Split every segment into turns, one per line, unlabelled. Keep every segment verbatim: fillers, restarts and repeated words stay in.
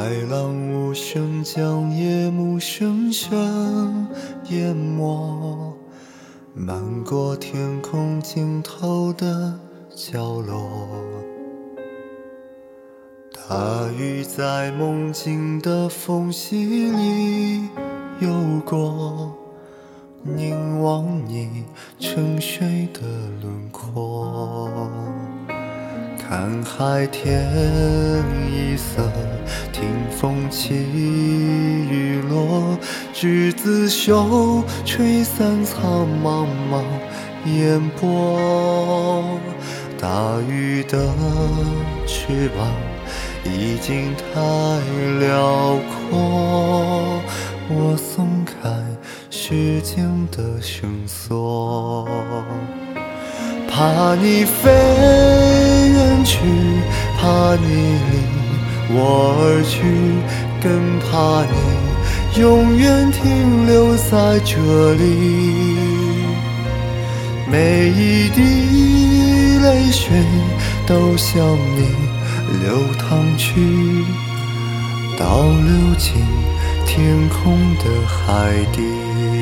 海浪无声将夜幕深深淹没，漫过天空尽头的角落。大雨在梦境的缝隙里游过，凝望你沉睡的轮廓。看海天一色，听风起雨落，执子手，吹散苍茫茫烟波。大雨的翅膀已经太辽阔，我松开时间的绳索。怕你飞远去，怕你离我而去，更怕你永远停留在这里。每一滴泪水都向你流淌去，倒流进天空的海底。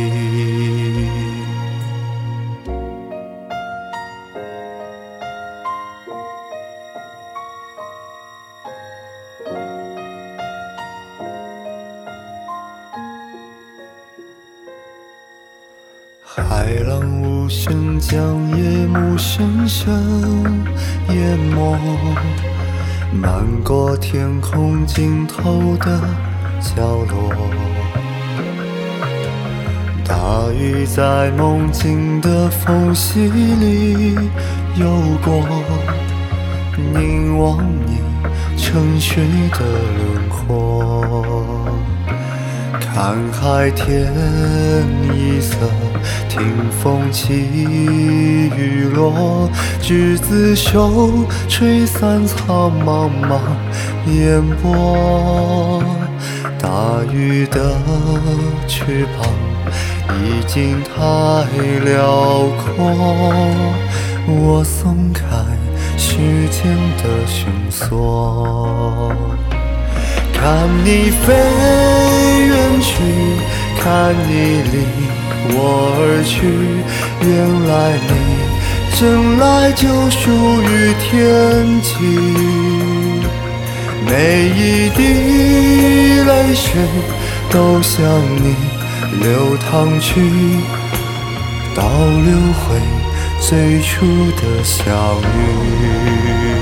海浪无声将夜幕深深淹没，漫过天空尽头的角落。大雨在梦境的缝隙里游过，凝望你沉睡的轮廓。看海天一色，听风起雨落，执子手，吹散苍茫茫烟波。大雨的翅膀已经太辽阔，我松开时间的绳索。看你飞远去，看你离我而去，原来你生来就属于天际。每一滴泪水都向你流淌去，倒流回最初的相遇。